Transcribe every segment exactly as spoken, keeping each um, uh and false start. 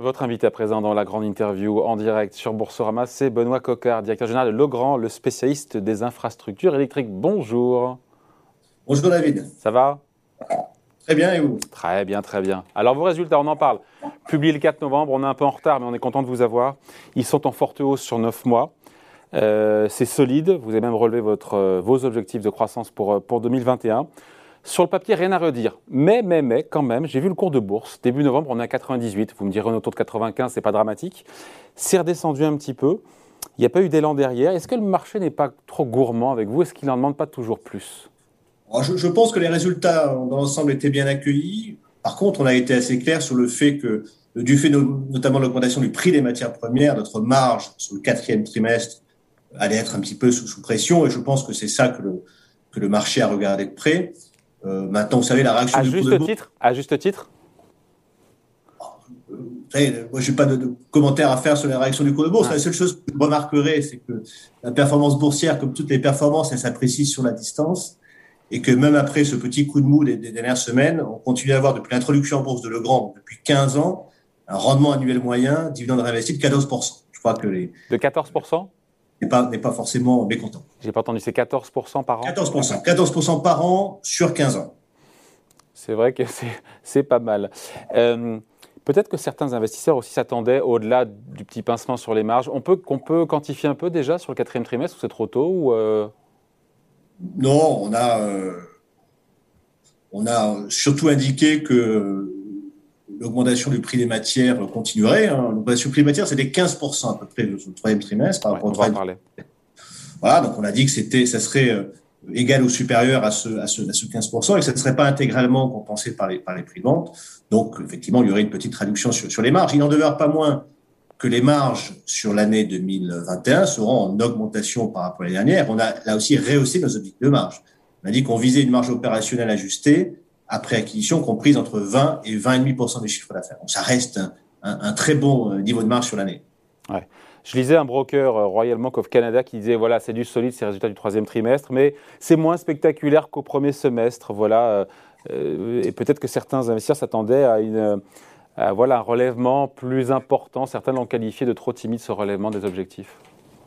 Votre invité à présent dans la grande interview en direct sur Boursorama, c'est Benoît Coquard, directeur général de Legrand, le spécialiste des infrastructures électriques. Bonjour. Bonjour David. Ça va? Très bien, et vous? Très bien, très bien. Alors vos résultats, on en parle. Publié le quatre novembre, on est un peu en retard, mais on est content de vous avoir. Ils sont en forte hausse sur neuf mois. Euh, c'est solide. Vous avez même relevé votre, euh, vos objectifs de croissance pour, pour deux mille vingt et un. Sur le papier, rien à redire. Mais, mais, mais, quand même, j'ai vu le cours de bourse. Début novembre, on est à quatre-vingt-dix-huit. Vous me direz, on est autour de quatre-vingt-quinze, c'est pas dramatique. C'est redescendu un petit peu. Il n'y a pas eu d'élan derrière. Est-ce que le marché n'est pas trop gourmand avec vous? Est-ce qu'il n'en demande pas toujours plus? Alors, je, je pense que les résultats dans l'ensemble étaient bien accueillis. Par contre, on a été assez clair sur le fait que, du fait no- notamment de l'augmentation du prix des matières premières, notre marge sur le quatrième trimestre allait être un petit peu sous, sous pression. Et je pense que c'est ça que le, que le marché a regardé de près. Euh, maintenant, vous savez, la réaction À du cours de juste bourse. titre, à juste titre. Vous savez, moi, je n'ai pas de, de commentaires à faire sur la réaction du cours de bourse. Ouais. La seule chose que je remarquerai, c'est que la performance boursière, comme toutes les performances, elle s'apprécie sur la distance. Et que même après ce petit coup de mou des, des dernières semaines, on continue à avoir, depuis l'introduction en bourse de Legrand, donc depuis quinze ans, un rendement annuel moyen, dividende réinvesti de quatorze pour cent. Je crois que les De quatorze pour cent? n'est pas, n'est pas forcément mécontent. J'ai pas entendu, c'est quatorze pour cent par an? quatorze pour cent. quatorze pour cent par an sur quinze ans. C'est vrai que c'est, c'est pas mal. Euh, peut-être que certains investisseurs aussi s'attendaient au-delà du petit pincement sur les marges. On peut, qu'on peut quantifier un peu déjà sur le quatrième trimestre ou c'est trop tôt ou euh... Non, on a, euh, on a surtout indiqué que l'augmentation du prix des matières continuerait. Hein. L'augmentation du prix des matières, c'était quinze pour cent à peu près sur le troisième trimestre par Ouais, rapport au on va en troisième. parler. Voilà, donc on a dit que c'était, ça serait euh, égal ou supérieur à ce, à ce, à ce quinze pour cent et que ça ne serait pas intégralement compensé par les, par les prix de vente. Donc, effectivement, il y aurait une petite réduction sur, sur les marges. Il n'en demeure pas moins que les marges sur l'année deux mille vingt et un seront en augmentation par rapport à l'année dernière. On a là aussi rehaussé nos objectifs de marge. On a dit qu'on visait une marge opérationnelle ajustée après acquisition comprise entre vingt et vingt virgule cinq pour cent des chiffres d'affaires. Donc, ça reste un, un, un très bon niveau de marge sur l'année. Ouais. Je lisais un broker, euh, Royal Bank of Canada, qui disait voilà, c'est du solide, ces résultats du troisième trimestre, mais c'est moins spectaculaire qu'au premier semestre. Voilà, euh, et peut-être que certains investisseurs s'attendaient à, une, à voilà, un relèvement plus important. Certains l'ont qualifié de trop timide, ce relèvement des objectifs.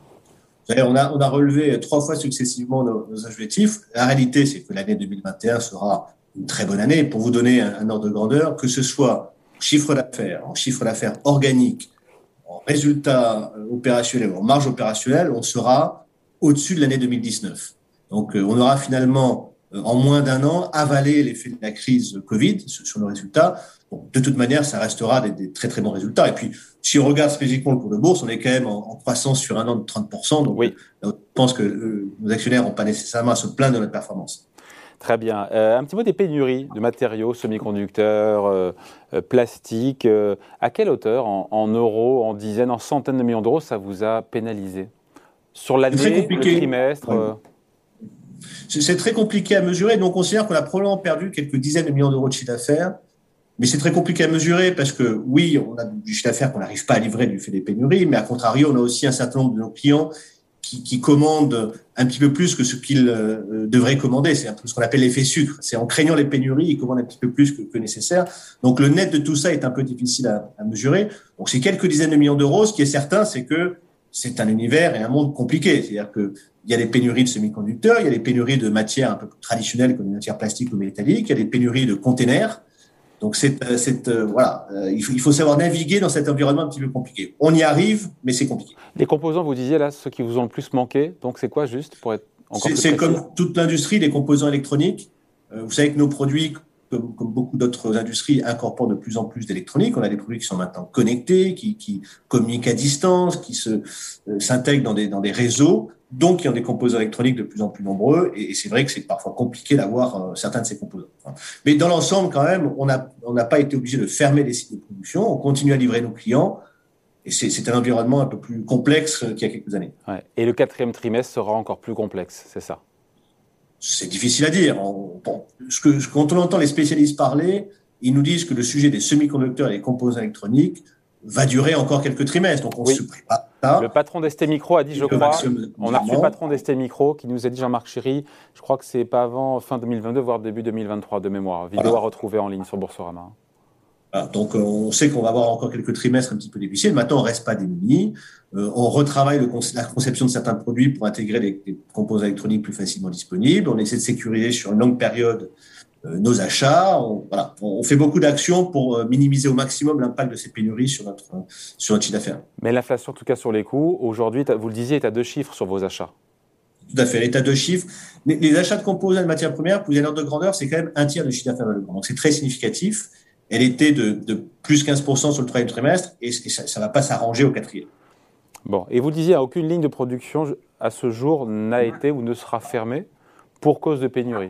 On a, on a relevé trois fois successivement nos, nos objectifs. La réalité, c'est que l'année deux mille vingt et un sera une très bonne année. Pour vous donner un, un ordre de grandeur, que ce soit en chiffre d'affaires, en chiffre d'affaires organique, en résultat opérationnel, en marge opérationnelle, on sera au-dessus de l'année deux mille dix-neuf. Donc, euh, on aura finalement, euh, en moins d'un an, avalé l'effet de la crise Covid sur, sur nos résultats. Bon, de toute manière, ça restera des, des très très bons résultats. Et puis, si on regarde spécifiquement le cours de bourse, on est quand même en, en croissance sur un an de trente pour cent. Donc, Oui. euh, je pense que euh, nos actionnaires n'ont pas nécessairement à se plaindre de notre performance. Très bien. Euh, un petit mot des pénuries de matériaux, semi-conducteurs, euh, euh, plastiques. Euh, à quelle hauteur, en, en euros, en dizaines, en centaines de millions d'euros, ça vous a pénalisé? Sur C'est très l'année, le compliqué. trimestre Ouais. euh... C'est très compliqué à mesurer. Donc, on considère qu'on a probablement perdu quelques dizaines de millions d'euros de chiffre d'affaires. Mais c'est très compliqué à mesurer parce que oui, on a du chiffre d'affaires qu'on n'arrive pas à livrer du fait des pénuries, mais à contrario, on a aussi un certain nombre de nos clients qui, qui commandent un petit peu plus que ce qu'ils euh, devraient commander. C'est un peu ce qu'on appelle l'effet sucre. C'est en craignant les pénuries, ils commandent un petit peu plus que, que nécessaire. Donc le net de tout ça est un peu difficile à, à mesurer. Donc c'est quelques dizaines de millions d'euros. Ce qui est certain, c'est que c'est un univers et un monde compliqué. C'est-à-dire que il y a des pénuries de semi-conducteurs, il y a des pénuries de matières un peu plus traditionnelles comme les matières plastiques ou métalliques, il y a des pénuries de containers. Donc, c'est, c'est, euh, voilà, euh, il, faut, il faut savoir naviguer dans cet environnement un petit peu compliqué. On y arrive, mais c'est compliqué. Les composants, vous disiez là, ceux qui vous ont le plus manqué, donc c'est quoi juste pour être encore C'est, plus c'est précis? comme toute l'industrie des composants électroniques. Euh, vous savez que nos produits, comme, comme beaucoup d'autres industries, incorporent de plus en plus d'électronique. On a des produits qui sont maintenant connectés, qui, qui communiquent à distance, qui se, euh, s'intègrent dans des, dans des réseaux, donc qui ont des composants électroniques de plus en plus nombreux. Et, et c'est vrai que c'est parfois compliqué d'avoir euh, certains de ces composants. Mais dans l'ensemble, quand même, on n'a on n'a pas été obligé de fermer les sites de production. On continue à livrer nos clients. Et c'est, c'est un environnement un peu plus complexe qu'il y a quelques années. Ouais. Et le quatrième trimestre sera encore plus complexe, c'est ça? C'est difficile à dire. On, bon, ce que, quand on entend les spécialistes parler, ils nous disent que le sujet des semi-conducteurs et des composants électroniques va durer encore quelques trimestres. Donc, on Oui. se prépare à ça. Le patron d'S T Micro a dit, je Et le crois, maximum on a reçu le mouvement. patron d'S T Micro qui nous a dit, Jean-Marc Chéry, je crois que c'est pas avant fin deux mille vingt-deux, voire début deux mille vingt-trois de mémoire. Vidéo Voilà. à retrouver en ligne sur Boursorama. Voilà, donc, euh, on sait qu'on va avoir encore quelques trimestres un petit peu difficiles. Maintenant, on reste pas démunis. Euh, on retravaille le, la conception de certains produits pour intégrer les, les composants électroniques plus facilement disponibles. On essaie de sécuriser sur une longue période euh, nos achats. On, voilà, on fait beaucoup d'actions pour euh, minimiser au maximum l'impact de ces pénuries sur notre, euh, sur notre chiffre d'affaires. Mais l'inflation, en tout cas sur les coûts, aujourd'hui, vous le disiez, est à deux chiffres sur vos achats. Tout à fait, l'état de chiffres. Les, les achats de composants de matières premières, pour vous donner un ordre de grandeur, c'est quand même un tiers de chiffre d'affaires de Legrand. Donc, c'est très significatif. Elle était de, de plus quinze pour cent sur le troisième trimestre et, et ça ne va pas s'arranger au quatrième. Bon, et vous disiez, aucune ligne de production à ce jour n'a été ou ne sera fermée pour cause de pénurie.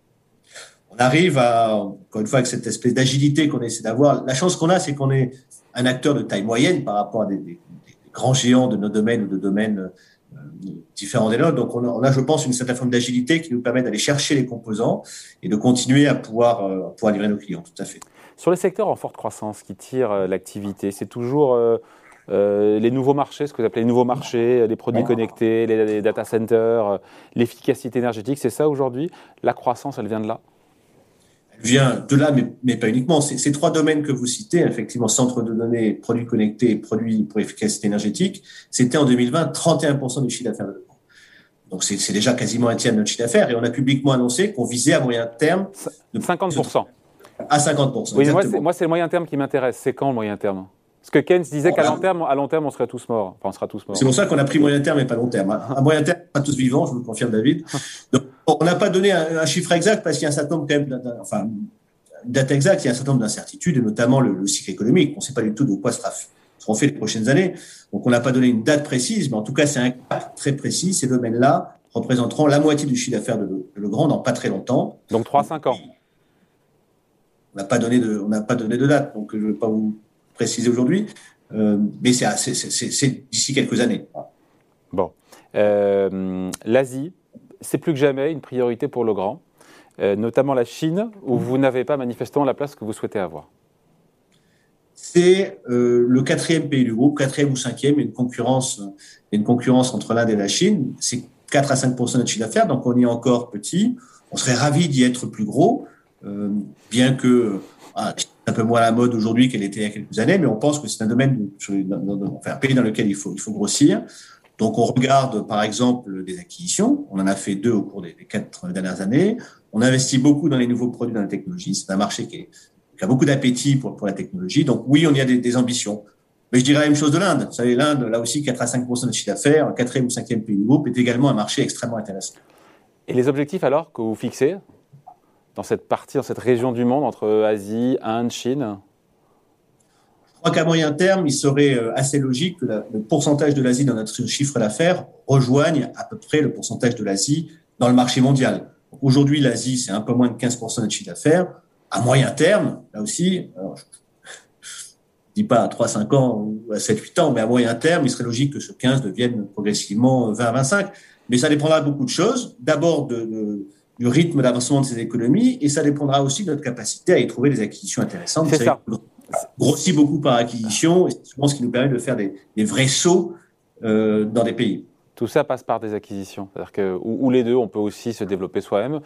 On arrive à, encore une fois, avec cette espèce d'agilité qu'on essaie d'avoir. La chance qu'on a, c'est qu'on est un acteur de taille moyenne par rapport à des, des, des grands géants de nos domaines ou de domaines euh, différents des nôtres. Donc, on a, on a, je pense, une certaine forme d'agilité qui nous permet d'aller chercher les composants et de continuer à pouvoir, euh, pouvoir livrer nos clients, tout à fait. Sur les secteurs en forte croissance qui tirent euh, l'activité, c'est toujours euh, euh, les nouveaux marchés, ce que vous appelez les nouveaux marchés, les produits connectés, les, les data centers, euh, l'efficacité énergétique, c'est ça aujourd'hui? La croissance, elle vient de là? Elle vient de là, mais, mais pas uniquement. C'est, ces trois domaines que vous citez, effectivement, centre de données, produits connectés et produits pour efficacité énergétique, c'était en deux mille vingt trente et un pour cent du chiffre d'affaires de Legrand. Donc, c'est, c'est déjà quasiment un tiers de notre chiffre d'affaires et on a publiquement annoncé qu'on visait à moyen terme de cinquante pour cent. À cinquante pour cent. Oui, moi c'est, moi, c'est le moyen terme qui m'intéresse. C'est quand le moyen terme? Parce que Keynes disait qu'à long terme, à long terme, on serait tous morts. Enfin, on sera tous morts. C'est pour ça qu'on a pris moyen terme et pas long terme. À moyen terme, pas tous vivants, je vous le confirme, David. Donc, on n'a pas donné un, un chiffre exact parce qu'il y a un certain nombre quand même, enfin, une date exacte, il y a un certain nombre d'incertitudes, et notamment le, le cycle économique. On ne sait pas du tout de quoi sera, seront faits les prochaines années. Donc, on n'a pas donné une date précise, mais en tout cas, c'est un cap très précis. Ces domaines-là représenteront la moitié du chiffre d'affaires de, de Legrand dans pas très longtemps. Donc, trois à cinq ans. On n'a pas donné de, on n'a pas donné de date, donc je ne vais pas vous préciser aujourd'hui, euh, mais c'est, c'est, c'est, c'est d'ici quelques années. Bon, euh, l'Asie, c'est plus que jamais une priorité pour Legrand, euh, notamment la Chine, où vous n'avez pas manifestement la place que vous souhaitez avoir. C'est euh, le quatrième pays du groupe, quatrième ou cinquième, il y a une concurrence, il y a une concurrence entre l'Inde et la Chine. C'est quatre à cinq pour cent de notre chiffre d'affaires, donc on y est encore petit. On serait ravi d'y être plus gros. Euh, bien que ah, c'est un peu moins à la mode aujourd'hui qu'elle était il y a quelques années, mais on pense que c'est un domaine, enfin un pays dans lequel il faut, il faut grossir. Donc on regarde par exemple des acquisitions, on en a fait deux au cours des, des quatre dernières années. On investit beaucoup dans les nouveaux produits, dans la technologie. C'est un marché qui, est, qui a beaucoup d'appétit pour, pour la technologie. Donc oui, on y a des, des ambitions. Mais je dirais la même chose de l'Inde. Vous savez, l'Inde, là aussi, quatre à cinq pour cent de chiffre d'affaires, quatrième ou cinquième pays du groupe, est également un marché extrêmement intéressant. Et les objectifs alors que vous fixez dans cette partie, dans cette région du monde, entre Asie, Inde, Chine? Je crois qu'à moyen terme, il serait assez logique que la, le pourcentage de l'Asie dans notre chiffre d'affaires rejoigne à peu près le pourcentage de l'Asie dans le marché mondial. Donc aujourd'hui, l'Asie, c'est un peu moins de quinze pour cent de notre chiffre d'affaires. À moyen terme, là aussi, alors je ne dis pas à trois à cinq ans ou à sept à huit ans, mais à moyen terme, il serait logique que ce quinze devienne progressivement vingt à vingt-cinq. Mais ça dépendra de beaucoup de choses. D'abord, de, de du rythme d'avancement de ces économies, et ça dépendra aussi de notre capacité à y trouver des acquisitions intéressantes. C'est ça. Grossit beaucoup par acquisition, et c'est souvent ce qui nous permet de faire des, des vrais sauts euh, dans des pays. Tout ça passe par des acquisitions, c'est-à-dire que ou, ou les deux, on peut aussi se développer soi-même.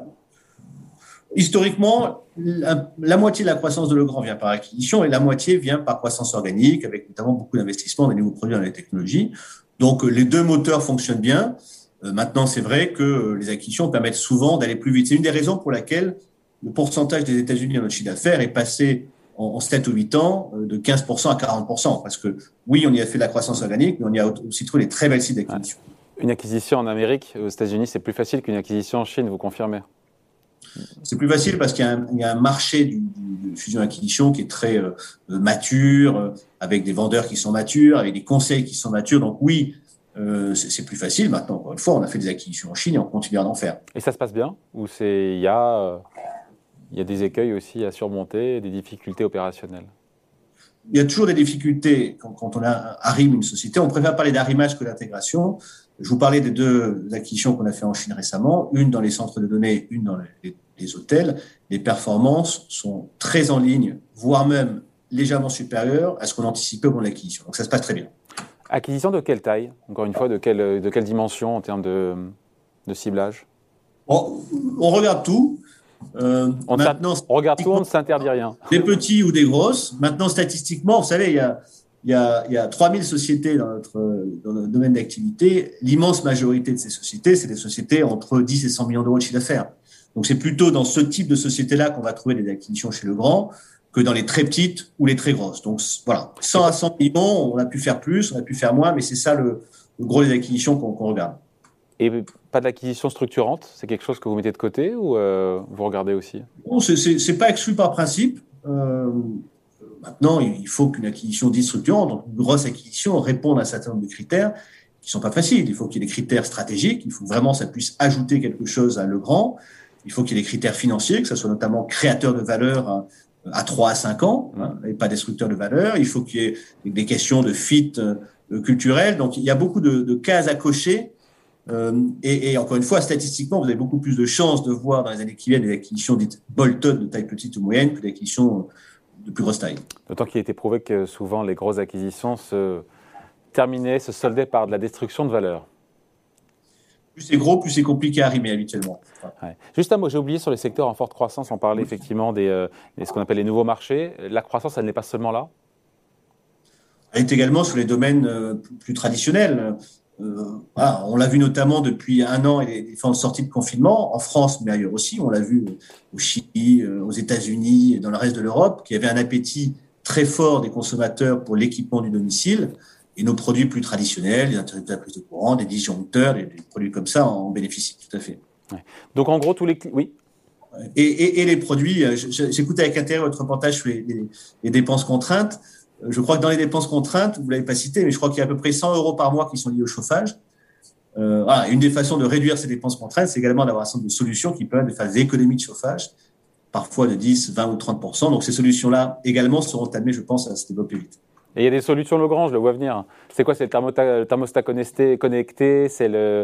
Historiquement, la, la moitié de la croissance de Legrand vient par acquisition, et la moitié vient par croissance organique, avec notamment beaucoup d'investissements dans les nouveaux produits, dans les technologies. Donc les deux moteurs fonctionnent bien. Euh, maintenant, c'est vrai que les acquisitions permettent souvent d'aller plus vite. C'est une des raisons pour laquelle le pourcentage des États-Unis dans notre chiffre d'affaires est passé en, en sept ou huit ans euh, de quinze pour cent à quarante pour cent. Parce que oui, on y a fait de la croissance organique, mais on y a aussi trouvé des très belles sites d'acquisition. Ouais. Une acquisition en Amérique, aux États-Unis, c'est plus facile qu'une acquisition en Chine, vous confirmez? C'est plus facile parce qu'il y a un, il y a un marché du, du, de fusion-acquisition qui est très euh, mature, euh, avec des vendeurs qui sont matures, avec des conseils qui sont matures. Donc oui, Euh, c'est, c'est plus facile. Maintenant, encore une fois, on a fait des acquisitions en Chine et on continue à en faire. Et ça se passe bien? Ou c'est, il y a, euh, il y a des écueils aussi à surmonter, des difficultés opérationnelles? Il y a toujours des difficultés quand, quand on a, arrime une société. On préfère parler d'arrimage que d'intégration. Je vous parlais des deux acquisitions qu'on a fait en Chine récemment, une dans les centres de données, une dans les, les hôtels. Les performances sont très en ligne, voire même légèrement supérieures à ce qu'on anticipait au moment de l'acquisition. Donc ça se passe très bien. Acquisition de quelle taille? Encore une fois, de quelle, de quelle dimension en termes de, de ciblage? On, on regarde tout. Euh, on, maintenant, on regarde tout, on ne s'interdit rien. Des petits ou des grosses. Maintenant, statistiquement, vous savez, il y a, il y a, il y a trois mille sociétés dans notre, dans notre domaine d'activité. L'immense majorité de ces sociétés, c'est des sociétés entre dix et cent millions d'euros de chiffre d'affaires. Donc, c'est plutôt dans ce type de société-là qu'on va trouver des acquisitions chez Legrand que dans les très petites ou les très grosses. Donc, voilà, cent à cent millions, on a pu faire plus, on a pu faire moins, mais c'est ça le, le gros des acquisitions qu'on, qu'on regarde. Et pas d'acquisition structurante, c'est quelque chose que vous mettez de côté ou euh, vous regardez aussi? Non, c'est, c'est, c'est pas exclu par principe. Euh, maintenant, il faut qu'une acquisition dite structurante, donc une grosse acquisition, réponde à un certain nombre de critères qui sont pas faciles. Il faut qu'il y ait des critères stratégiques, il faut vraiment que ça puisse ajouter quelque chose à Legrand. Il faut qu'il y ait des critères financiers, que ça soit notamment créateur de valeur à, à trois à cinq ans, hein, et pas destructeur de valeur. Il faut qu'il y ait des questions de fit euh, culturel. Donc, il y a beaucoup de, de cases à cocher. Euh, et, et encore une fois, statistiquement, vous avez beaucoup plus de chances de voir dans les années qui viennent des acquisitions dites bolt-on de taille petite ou moyenne que des acquisitions de plus grosse taille. D'autant qu'il a été prouvé que souvent les grosses acquisitions se terminaient, se soldaient par de la destruction de valeur. Plus c'est gros, plus c'est compliqué à arrimer habituellement. Ouais. Juste un mot, j'ai oublié sur les secteurs en forte croissance, on parlait effectivement des, euh, des ce qu'on appelle les nouveaux marchés. La croissance, elle n'est pas seulement là? Elle est également sur les domaines euh, plus, plus traditionnels. Euh, voilà, on l'a vu notamment depuis un an et les différentes sorties de confinement, en France, mais ailleurs aussi. On l'a vu au Chili, aux États-Unis et dans le reste de l'Europe, qu'il y avait un appétit très fort des consommateurs pour l'équipement du domicile. Et nos produits plus traditionnels, les interrupteurs de prise de courant, des disjoncteurs, des, des produits comme ça en bénéficient tout à fait. Ouais. Donc en gros, tous les... Oui. Et, et, et les produits, j'écoutais avec intérêt votre reportage sur les, les, les dépenses contraintes. Je crois que dans les dépenses contraintes, vous ne l'avez pas cité, mais je crois qu'il y a à peu près cent euros par mois qui sont liés au chauffage. Euh, voilà, une des façons de réduire ces dépenses contraintes, c'est également d'avoir un certain nombre de solutions qui permettent de faire des économies de chauffage, parfois de dix, vingt ou trente pour cent. Donc ces solutions-là également seront amenées, je pense, à se développer vite. Et il y a des solutions Legrand, je le vois venir. C'est quoi? C'est le thermostat, le thermostat connecté, connecté, c'est le...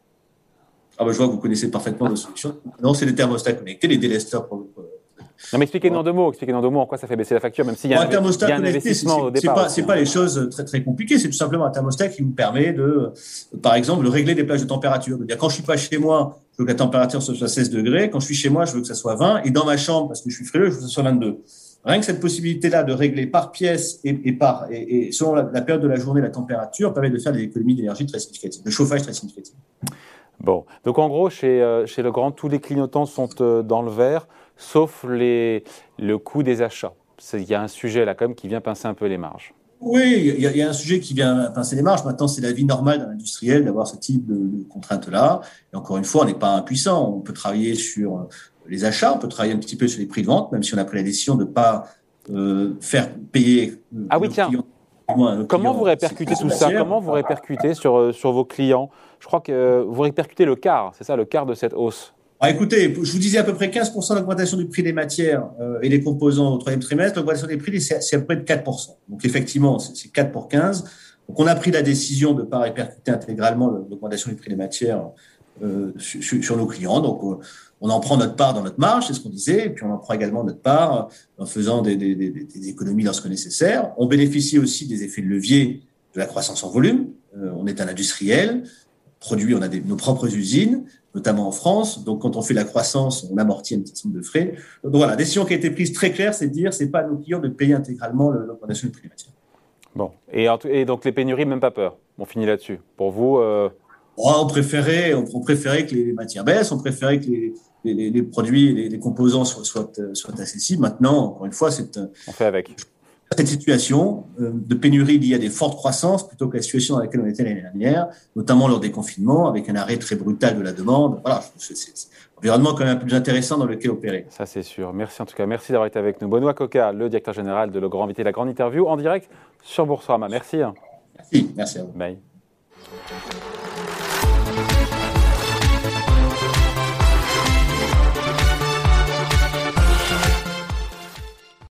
Ah ben, je vois que vous connaissez parfaitement nos solutions. Non, c'est les thermostats connectés, les délesteurs pour... Non, mais expliquez-nous en deux mots, expliquez-nous en deux mots en quoi ça fait baisser la facture, même s'il y a, bon, un, un, il y a un investissement c'est, au départ. C'est pas, c'est pas les choses très, très compliquées, c'est tout simplement un thermostat qui vous permet de, par exemple, de régler des plages de température. C'est-à-dire, quand je suis pas chez moi, je veux que la température soit seize degrés, quand je suis chez moi, je veux que ça soit vingt, et dans ma chambre, parce que je suis frileux, je veux que ça soit vingt-deux. Rien que cette possibilité-là de régler par pièce et, et par, et, et selon la, la période de la journée, la température, permet de faire des économies d'énergie très significatives, de chauffage très significatives. Bon, donc en gros, chez, euh, chez Legrand, tous les clignotants sont euh, dans le vert, sauf les, le coût des achats. Il y a un sujet là quand même qui vient pincer un peu les marges. Oui, il y, y a un sujet qui vient pincer les marges. Maintenant, c'est la vie normale d'un industriel d'avoir ce type de, de contraintes-là. Et encore une fois, on n'est pas impuissant. On peut travailler sur les achats, on peut travailler un petit peu sur les prix de vente, même si on a pris la décision de ne pas euh, faire payer. Euh, ah oui, tiens. Clients. Comment clients, vous répercutez tout ça? Comment vous répercutez sur, sur vos clients? Je crois que vous répercutez le quart, c'est ça, le quart de cette hausse. Ah, écoutez, je vous disais à peu près quinze pour cent d'augmentation du prix des matières euh, et des composants au troisième trimestre. L'augmentation des prix, c'est, c'est à peu près de quatre pour cent. Donc effectivement, c'est, c'est quatre pour quinze. Donc on a pris la décision de ne pas répercuter intégralement l'augmentation du prix des matières euh, sur, sur nos clients. Donc euh, on en prend notre part dans notre marge, c'est ce qu'on disait, et puis on en prend également notre part en faisant des, des, des, des économies lorsque nécessaire. On bénéficie aussi des effets de levier de la croissance en volume. Euh, on est un industriel, produit, on a des, nos propres usines, notamment en France. Donc, quand on fait la croissance, on amortit un petit nombre de frais. Donc voilà, la décision qui a été prise très claire, c'est de dire, c'est pas à nos clients de payer intégralement l'augmentation du prix des matières. Bon, et, et donc les pénuries, même pas peur. On finit là-dessus. Pour vous, euh... oh, on préférait, on, on préférait que les matières baissent, on préférait que les Les, les, les produits, les, les composants soient, soient, soient accessibles. Maintenant, encore une fois, c'est on fait avec cette situation euh, de pénurie liée à des fortes croissances plutôt que la situation dans laquelle on était l'année dernière, notamment lors des confinements, avec un arrêt très brutal de la demande. Voilà, c'est, c'est, c'est un environnement quand même un peu plus intéressant dans lequel opérer. Ça, c'est sûr. Merci en tout cas. Merci d'avoir été avec nous. Benoît Coquat, le directeur général de Legrand, invité à la grande interview en direct sur Boursorama. Merci. Merci, merci à vous. Bye.